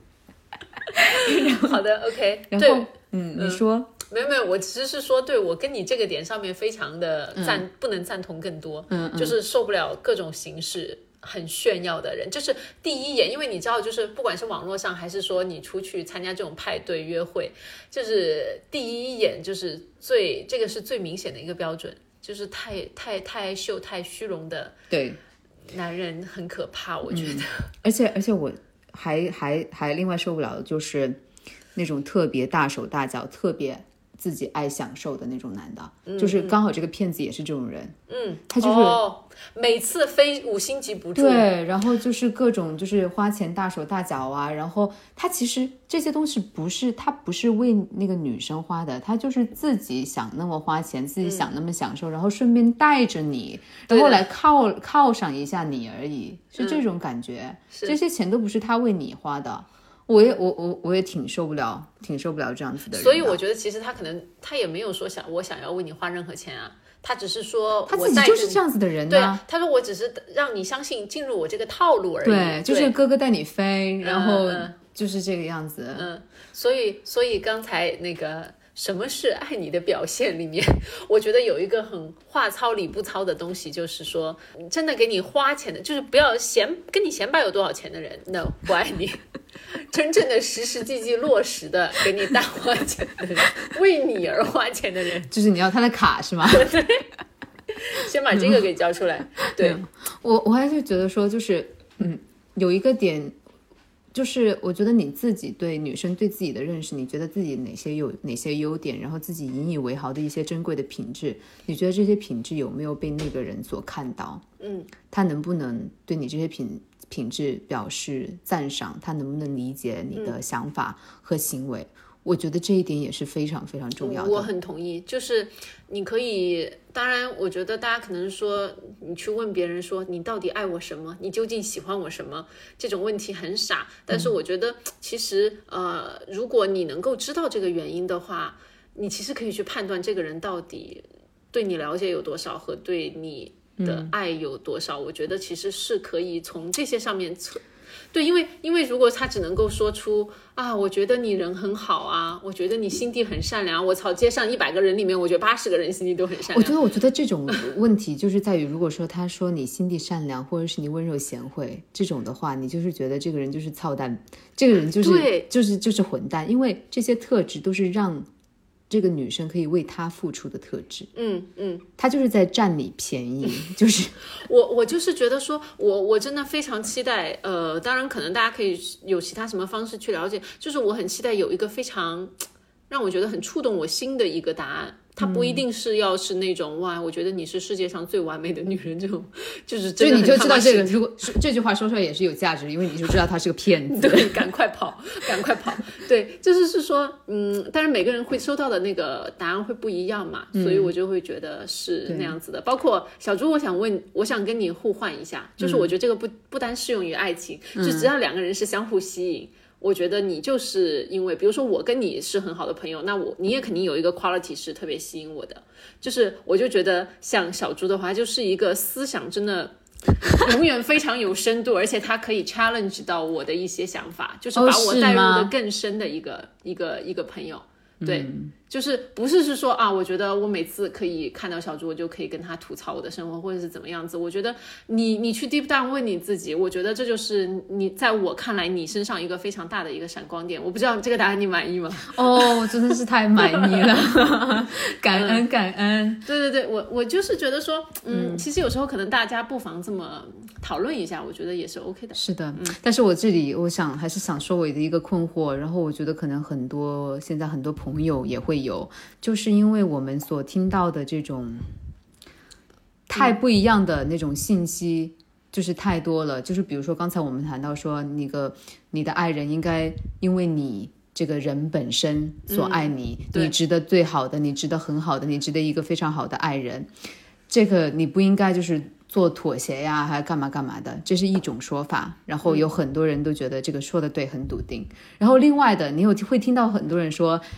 好的 ，OK， 然后嗯，你说。嗯没有没有，我只是是说，对我跟你这个点上面非常的赞，嗯、不能赞同更多， 嗯嗯， 就是受不了各种形式很炫耀的人，就是第一眼，因为你知道，就是不管是网络上还是说你出去参加这种派对约会，就是第一眼就是最这个是最明显的一个标准，就是太太太秀太虚荣的对男人很可怕，我觉得， 嗯、而且而且我还还还另外受不了的就是那种特别大手大脚特别自己爱享受的那种男的，嗯、就是刚好这个骗子也是这种人， 嗯， 他就是、 哦、每次非五星级不住， 对，然后就是各种就是花钱大手大脚啊，然后他其实这些东西不是他不是为那个女生花的，他就是自己想那么花钱，自己想那么享受，嗯、然后顺便带着你，然后来犒犒赏一下你而已，是这种感觉，嗯、这些钱都不是他为你花的。我也我我我也挺受不了，挺受不了这样子的人的。 所以我觉得其实他可能他也没有说想我想要为你花任何钱啊，他只是说他自己就是这样子的人呢、 啊。对，他说我只是让你相信进入我这个套路而已。 对，就是哥哥带你飞，然后就是这个样子。 嗯，所以所以刚才那个。什么是爱你的表现里面，我觉得有一个很话糙理不糙的东西，就是说真的给你花钱的，就是不要嫌跟你显摆有多少钱的人 no 不爱你，真正的实实际际落实的给你大花钱的人，为你而花钱的人， 就是你要他的卡是吗？ 对，先把这个给交出来。对， 我我还是觉得说就是嗯有一个点。就是我觉得你自己对女生对自己的认识，你觉得自己哪些有哪些优点，然后自己引以为豪的一些珍贵的品质，你觉得这些品质有没有被那个人所看到？ 嗯， 他能不能对你这些品品质表示赞赏？他能不能理解你的想法和行为？嗯，我觉得这一点也是非常非常重要的。 我很同意，就是你可以，当然我觉得大家可能说你去问别人说你到底爱我什么，你究竟喜欢我什么，这种问题很傻，但是我觉得其实呃，如果你能够知道这个原因的话，你其实可以去判断这个人到底对你了解有多少和对你的爱有多少，嗯，我觉得其实是可以从这些上面测。对，因为因为如果他只能够说出啊，我觉得你人很好啊，我觉得你心地很善良，我操，街上一百个人里面，我觉得八十个人心地都很善良。 我觉得，我觉得这种问题就是在于，如果说他说你心地善良，或者是你温柔贤惠这种的话，你就是觉得这个人就是操蛋，这个人就是对就是就是混蛋，因为这些特质都是让这个女生可以为他付出的特质。 嗯嗯， 他就是在占你便宜，就是我我就是觉得说，我我真的非常期待，呃，当然可能大家可以有其他什么方式去了解，就是我很期待有一个非常让我觉得很触动我心的一个答案。它不一定是要是那种，嗯，哇，我觉得你是世界上最完美的女人这种，就是真的很就你就知道这个，如果这句话说出来也是有价值，因为你就知道他是个骗子。 对，赶快跑，赶快跑。对，就是是说，嗯，当然每个人会收到的那个答案会不一样嘛，嗯，所以我就会觉得是那样子的。包括小猪，我想问，我想跟你互换一下，就是我觉得这个不不单适用于爱情，嗯，就只要两个人是相互吸引。我觉得你就是因为比如说我跟你是很好的朋友，那我你也肯定有一个 quality 是特别吸引我的，就是我就觉得像小猪的话就是一个思想真的永远非常有深度，而且他可以 challenge 到我的一些想法，就是把我带入的更深的一个，哦，一个一个朋友。对，嗯，就是不是是说啊，我觉得我每次可以看到小猪，我就可以跟他吐槽我的生活或者是怎么样子。我觉得你你去 deep down 问你自己，我觉得这就是你在我看来你身上一个非常大的一个闪光点。我不知道这个答案你满意吗？ 哦，真的是太满意了，感恩感恩。 嗯，对对对，我我就是觉得说，嗯，嗯其实有时候可能大家不妨这么讨论一下，我觉得也是 OK 的。 是的，嗯，但是我这里我想还是想说我的一个困惑，然后我觉得可能很多现在很多朋友也会有，就是因为我们所听到的这种太不一样的那种信息，嗯，就是太多了。就是比如说刚才我们谈到说，那个你的爱人应该因为你这个人本身所爱你，嗯，你值得最好的，你值得很好的，你值得一个非常好的爱人，这个你不应该就是做妥协呀，还干嘛干嘛的，这是一种说法。然后有很多人都觉得这个说的对，很笃定。然后另外的，你有会听到很多人说，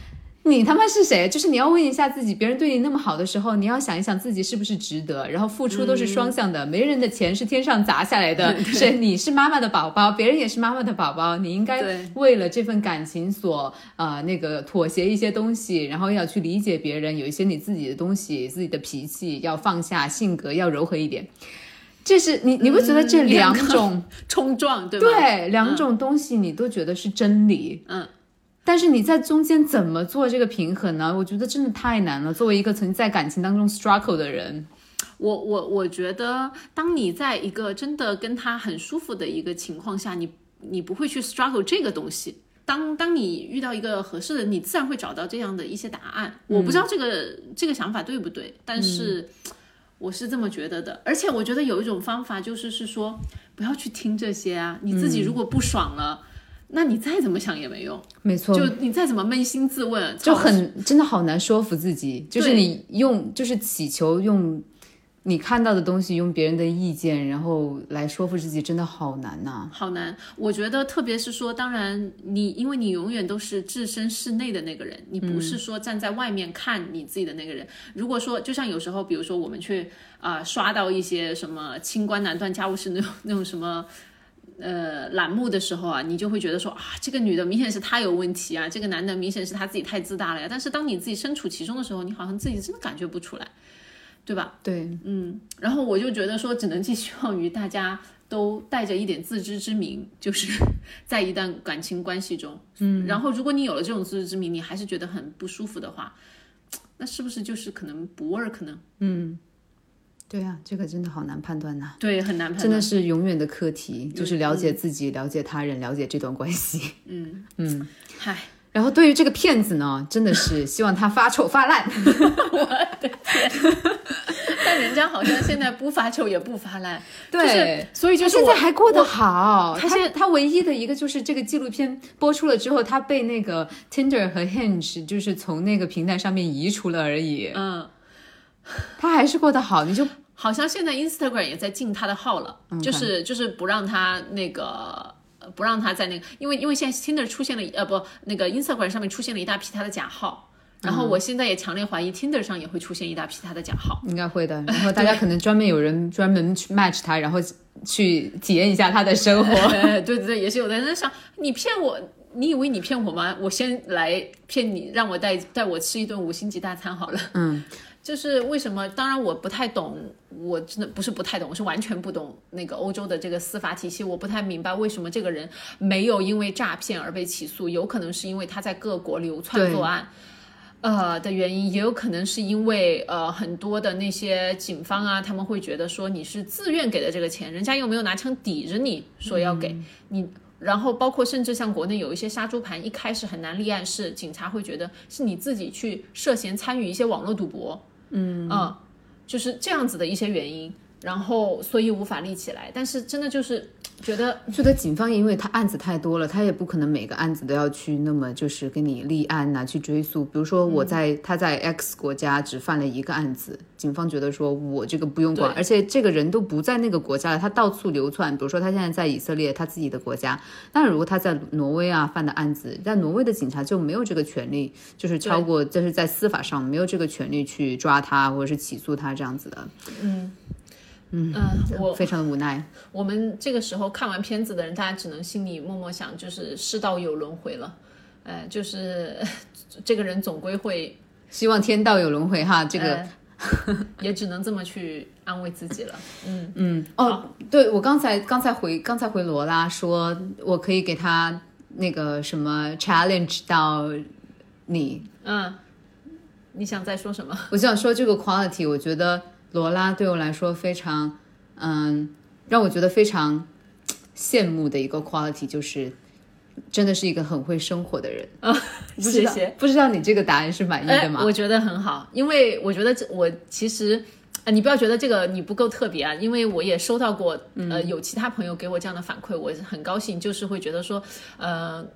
你他妈是谁？就是你要问一下自己，别人对你那么好的时候，你要想一想自己是不是值得。然后付出都是双向的，嗯、没人的钱是天上砸下来的，是你是妈妈的宝宝，别人也是妈妈的宝宝，你应该为了这份感情所呃那个妥协一些东西，然后要去理解别人，有一些你自己的东西，自己的脾气要放下，性格要柔和一点。这是你你不觉得这两种、嗯、 冲撞对吧？ 对，两种东西你都觉得是真理， 嗯。 但是你在中间怎么做这个平衡呢？我觉得真的太难了。作为一个曾经在感情当中 struggle 的人， 我我我觉得，当你在一个真的跟他很舒服的一个情况下，你你不会去 struggle 这个东西。当当你遇到一个合适的，你自然会找到这样的一些答案。嗯、我不知道这个这个想法对不对，但是我是这么觉得的。而且我觉得有一种方法就是是说，不要去听这些啊，你自己如果不爽了。嗯那你再怎么想也没用， 没错， 就你再怎么扪心自问， 就很真的好难说服自己。就是你用，就是祈求用你看到的东西，用别人的意见，然后来说服自己，真的好难呐、啊， 好难。我觉得，特别是说，当然你因为你永远都是置身事内的那个人，你不是说站在外面看你自己的那个人。嗯、如果说，就像有时候，比如说我们去啊、呃、刷到一些什么清官难断家务事那种那种什么。呃，栏目的时候啊，你就会觉得说啊，这个女的明显是她有问题啊，这个男的明显是他自己太自大了呀。但是当你自己身处其中的时候，你好像自己真的感觉不出来，对吧？ 对， 嗯。然后我就觉得说，只能寄希望于大家都带着一点自知之明，就是在一段感情关系中，嗯。然后如果你有了这种自知之明，你还是觉得很不舒服的话，那是不是就是可能不 work 呢？ 嗯。对啊，这个真的好难判断呐、啊。 对，很难判断， 真的是永远的课题，就是了解自己、嗯、了解他人、了解这段关系。 嗯嗯， 嗨。 然后对于这个骗子呢，真的是希望他发丑发烂。 我的天！但人家好像现在不发丑也不发烂， 对， 就是、所以就是他现在还过得好。 他现在他唯一的一个就是这个纪录片播出了之后，他被那个 Tinder 和 Hinge 就是从那个平台上面移除了而已。 嗯， 他还是过得好，你就。 好像现在 Instagram 也在禁他的号了，嗯、就是就是不让他那个不让他在那个，因为因为现在 Tinder 出现了呃不那个 Instagram 上面出现了一大批他的假号，然后我现在也强烈怀疑 Tinder 上也会出现一大批他的假号， 应该会的。然后大家可能专门有人专门去 match 他，然后去体验一下他的生活。 对对对，也是有的人在想你骗我。你以为你骗我吗？我先来骗你，让我带带我吃一顿五星级大餐好了。 嗯， 就是为什么？当然我不太懂，我真的不是不太懂，我是完全不懂那个欧洲的这个司法体系。我不太明白为什么这个人没有因为诈骗而被起诉，有可能是因为他在各国流窜作案。呃的原因，也有可能是因为呃很多的那些警方啊，他们会觉得说你是自愿给的这个钱，人家又没有拿枪抵着你说要给、嗯、你。然后包括甚至像国内有一些杀猪盘，一开始很难立案，是警察会觉得是你自己去涉嫌参与一些网络赌博， 嗯嗯，就是这样子的一些原因，然后所以无法立起来。但是真的就是觉得觉得警方因为他案子太多了，他也不可能每个案子都要去那么就是给你立案啊，去追诉。比如说我在、嗯、他在 X 国家只犯了一个案子，警方觉得说我这个不用管，而且这个人都不在那个国家了，他到处流窜。比如说他现在在以色列他自己的国家，那如果他在挪威啊犯的案子，但挪威的警察就没有这个权利，就是超过就是在司法上没有这个权利去抓他或者是起诉他这样子的。 嗯嗯嗯，我非常的无奈。 我们这个时候看完片子的人，大家只能心里默默想，就是世道有轮回了，呃，就是这个人总归会， 希望天道有轮回哈，这个、 呃、也只能这么去安慰自己了。嗯嗯，哦，对，我刚才刚才回刚才回罗拉说，我可以给他那个什么 challenge 到你， 嗯，你想再说什么？ 我想说这个 quality， 我觉得。罗拉对我来说非常，嗯，让我觉得非常羡慕的一个 quality 就是，真的是一个很会生活的人啊。谢谢。 不知道你这个答案是满意的吗？ 我觉得很好，因为我觉得我其实，呃，你不要觉得这个你不够特别啊，因为我也收到过，呃，有其他朋友给我这样的反馈，我很高兴，就是会觉得说，呃。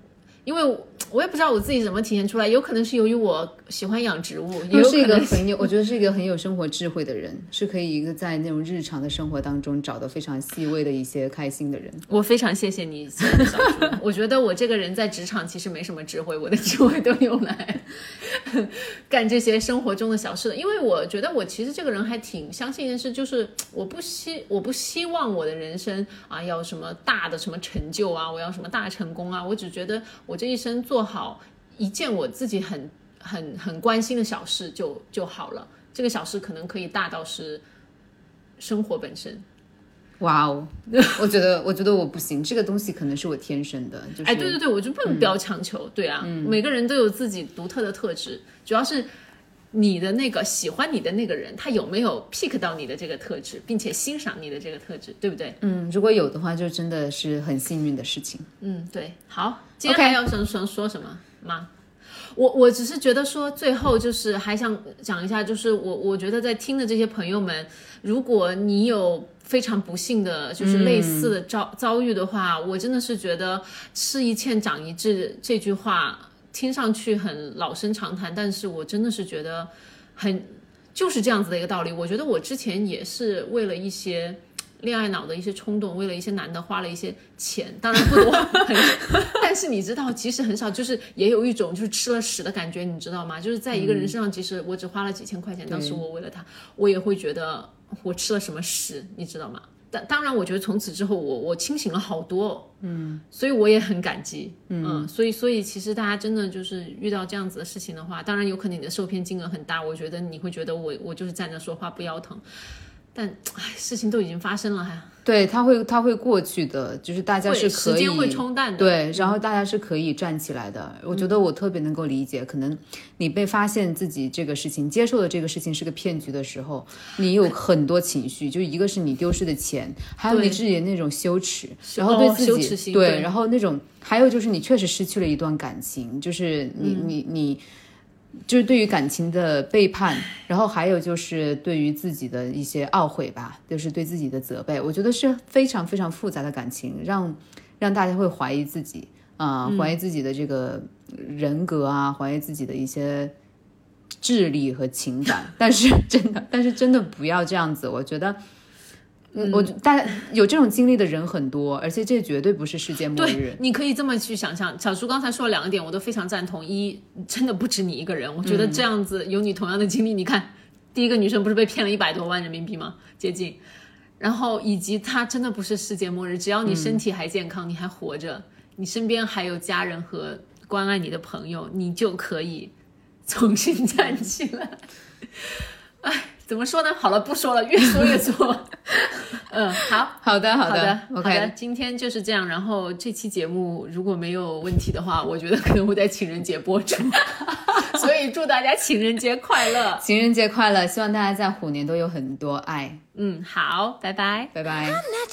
因为我也不知道我自己怎么体现出来，有可能是由于我喜欢养植物， 也有是一个很有，我觉得是一个很有生活智慧的人，是可以一个在那种日常的生活当中找到非常细微的一些开心的人。 我非常谢谢你，小猪。我觉得我这个人在职场其实没什么智慧，我的智慧都用来干这些生活中的小事的。因为我觉得我其实这个人还挺相信一件事，就是我不希我不希望我的人生啊要什么大的什么成就啊，我要什么大成功啊，我只觉得我这一生做好一件我自己很很很关心的小事就就好了。这个小事可能可以大到是生活本身。 哇哦，我觉得我觉得我不行，这个东西可能是我天生的，就是哎，对对对，我就不能不要强求，嗯、对啊、嗯，每个人都有自己独特的特质，主要是你的那个喜欢你的那个人，他有没有 pick 到你的这个特质，并且欣赏你的这个特质，对不对？ 嗯，如果有的话，就真的是很幸运的事情。 嗯，对。好，今天还要想想说什么吗？我我只是觉得说，最后就是还想讲一下，就是我我觉得在听的这些朋友们，如果你有非常不幸的，就是类似的遭、嗯、遭遇的话，我真的是觉得吃一堑长一智这句话听上去很老生常谈，但是我真的是觉得很就是这样子的一个道理。我觉得我之前也是为了一些恋爱脑的一些冲动，为了一些男的花了一些钱，当然不多很但是你知道其实很少，就是也有一种就是吃了屎的感觉，你知道吗？就是在一个人身上，即使我只花了几千块钱、嗯、当时我为了他，我也会觉得我吃了什么屎，你知道吗？当然我觉得从此之后我我清醒了好多，嗯，所以我也很感激， 嗯, 嗯所以所以其实大家真的就是遇到这样子的事情的话，当然有可能你的受骗金额很大，我觉得你会觉得我我就是站着说话不腰疼，但唉，事情都已经发生了还。 对，它会它会过去的，就是大家是可以时间会冲淡的， 对，然后大家是可以站起来的、嗯、我觉得我特别能够理解，可能你被发现自己这个事情接受的这个事情是个骗局的时候，你有很多情绪，就一个是你丢失的钱，还有你自己的那种羞耻，然后对自己、 哦、羞耻心， 对, 对， 然后那种还有就是你确实失去了一段感情，就是你、嗯、你你就是对于感情的背叛，然后还有就是对于自己的一些懊悔吧，就是对自己的责备，我觉得是非常非常复杂的感情，让让大家会怀疑自己啊、呃嗯，怀疑自己的这个人格啊，怀疑自己的一些智力和情感，但是真的，但是真的不要这样子，我觉得。嗯，我大家有这种经历的人很多，而且这绝对不是世界末日。 对，你可以这么去想象。小叔刚才说了两个点，我都非常赞同。一，真的不止你一个人，我觉得这样子有你同样的经历。嗯、你看，第一个女生不是被骗了一百多万人民币吗？接近。然后以及她真的不是世界末日，只要你身体还健康，嗯、你还活着，你身边还有家人和关爱你的朋友，你就可以重新站起来。哎。怎么说呢？好了，不说了，越说越错。嗯，好， 好的， 好的， 好的， OK， 好的，今天就是这样。然后这期节目如果没有问题的话，我觉得可能会在情人节播出。所以祝大家情人节快乐， 情人节快乐！希望大家在虎年都有很多爱。 嗯，好，拜拜， 拜拜。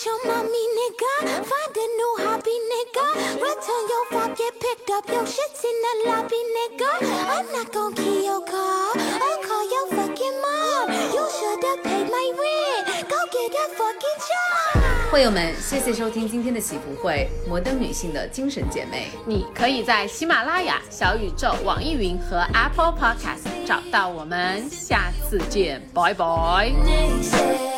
会友们，谢谢收听今天的喜福会，摩登女性的精神姐妹。 你可以在喜马拉雅、小宇宙、网易云和 Apple Podcast 找到我们，下次见，拜拜。